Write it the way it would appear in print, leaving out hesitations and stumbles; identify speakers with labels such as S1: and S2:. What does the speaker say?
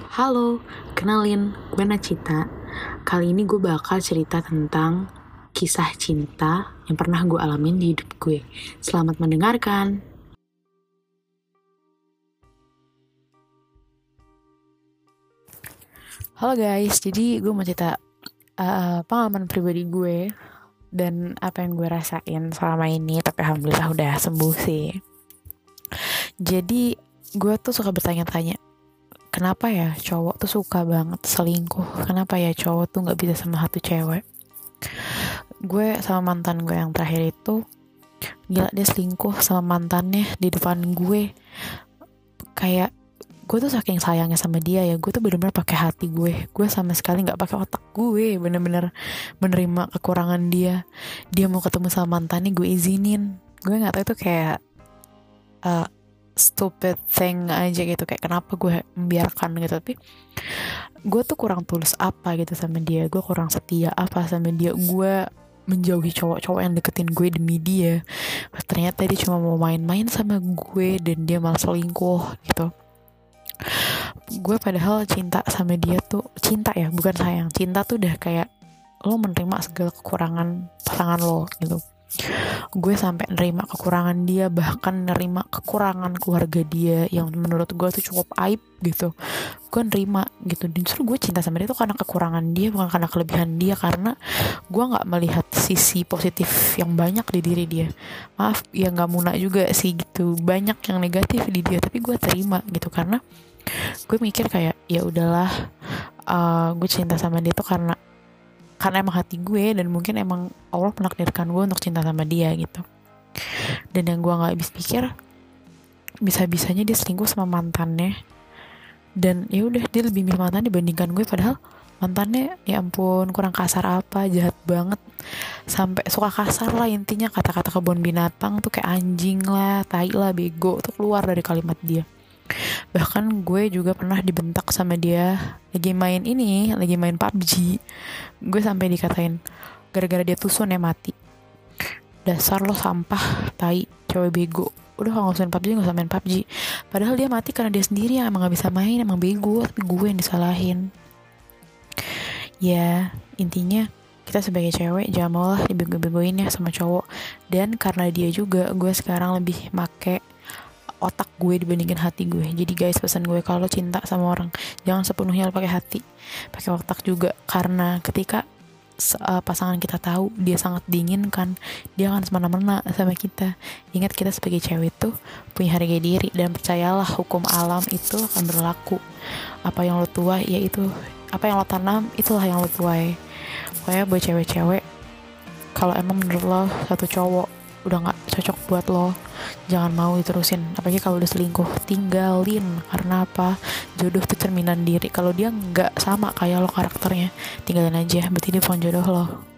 S1: Halo, kenalin, gue Nacita. Kali ini gue bakal cerita tentang kisah cinta yang pernah gue alamin di hidup gue. Selamat mendengarkan. Halo guys, jadi gue mau cerita pengalaman pribadi gue dan apa yang gue rasain selama ini, tapi alhamdulillah udah sembuh sih. Jadi gue tuh suka bertanya-tanya, kenapa ya cowok tuh suka banget selingkuh? Kenapa ya cowok tuh gak bisa sama satu cewek? Gue sama mantan gue yang terakhir itu, gila dia selingkuh sama mantannya di depan gue. Kayak gue tuh saking sayangnya sama dia ya, gue tuh bener-bener pakai hati gue sama sekali nggak pakai otak gue, bener-bener menerima kekurangan dia. Dia mau ketemu sama mantannya, gue izinin. Gue nggak tahu itu kayak stupid thing aja gitu, kayak kenapa gue membiarkan gitu. Tapi gue tuh kurang tulus apa gitu sama dia, gue kurang setia apa sama dia, gue menjauhi cowok-cowok yang deketin gue demi dia. Ternyata dia cuma mau main-main sama gue dan dia malah selingkuh gitu. Gue padahal cinta sama dia tuh, cinta ya bukan sayang, cinta tuh udah kayak lo menerima segala kekurangan pasangan lo gitu. Gue sampai nerima kekurangan dia, bahkan nerima kekurangan keluarga dia yang menurut gue tuh cukup aib gitu. Gue nerima gitu. Dan justru gue cinta sama dia tuh karena kekurangan dia, bukan karena kelebihan dia. Karena gue nggak melihat sisi positif yang banyak di diri dia. Maaf ya, nggak muna juga sih gitu, banyak yang negatif di dia, tapi gue terima gitu. Karena gue mikir kayak ya udahlah, gue cinta sama dia tuh karena emang hati gue, dan mungkin emang Allah menakdirkan gue untuk cinta sama dia gitu. Dan yang gue nggak habis pikir, bisa-bisanya dia selingkuh sama mantannya, dan ya udah dia lebih milih mantan dibandingkan gue. Padahal mantannya ya ampun kurang kasar apa, jahat banget, sampai suka kasar lah intinya. Kata-kata kebun binatang tuh kayak anjing lah, tai lah, bego tuh keluar dari kalimat dia. Bahkan gue juga pernah dibentak sama dia lagi main PUBG. Gue sampai dikatain gara-gara dia tusun ya mati, dasar lo sampah, tai, cewek bego. Udah kalau gak usah main PUBG. Padahal dia mati karena dia sendiri yang emang gak bisa main, emang bego, tapi gue yang disalahin. Ya intinya kita sebagai cewek jangan mau lah dibego-begoin ya sama cowok. Dan karena dia juga, gue sekarang lebih make otak gue dibandingin hati gue. Jadi guys, pesan gue, kalau cinta sama orang jangan sepenuhnya lo pakai hati, pakai otak juga. Karena ketika pasangan kita tahu dia sangat diinginkan, dia akan semena-mena sama kita. Ingat, kita sebagai cewek tuh punya harga diri, dan percayalah hukum alam itu akan berlaku. Apa yang lo tuai, yaitu apa yang lo tanam, itulah yang lo tuai. Pokoknya buat cewek-cewek, kalau emang menurut lo satu cowok udah gak cocok buat lo, jangan mau diterusin. Apalagi kalau udah selingkuh, tinggalin. Karena apa? Jodoh tuh cerminan diri. Kalau dia gak sama kayak lo karakternya, tinggalin aja, berarti dia bukan jodoh lo.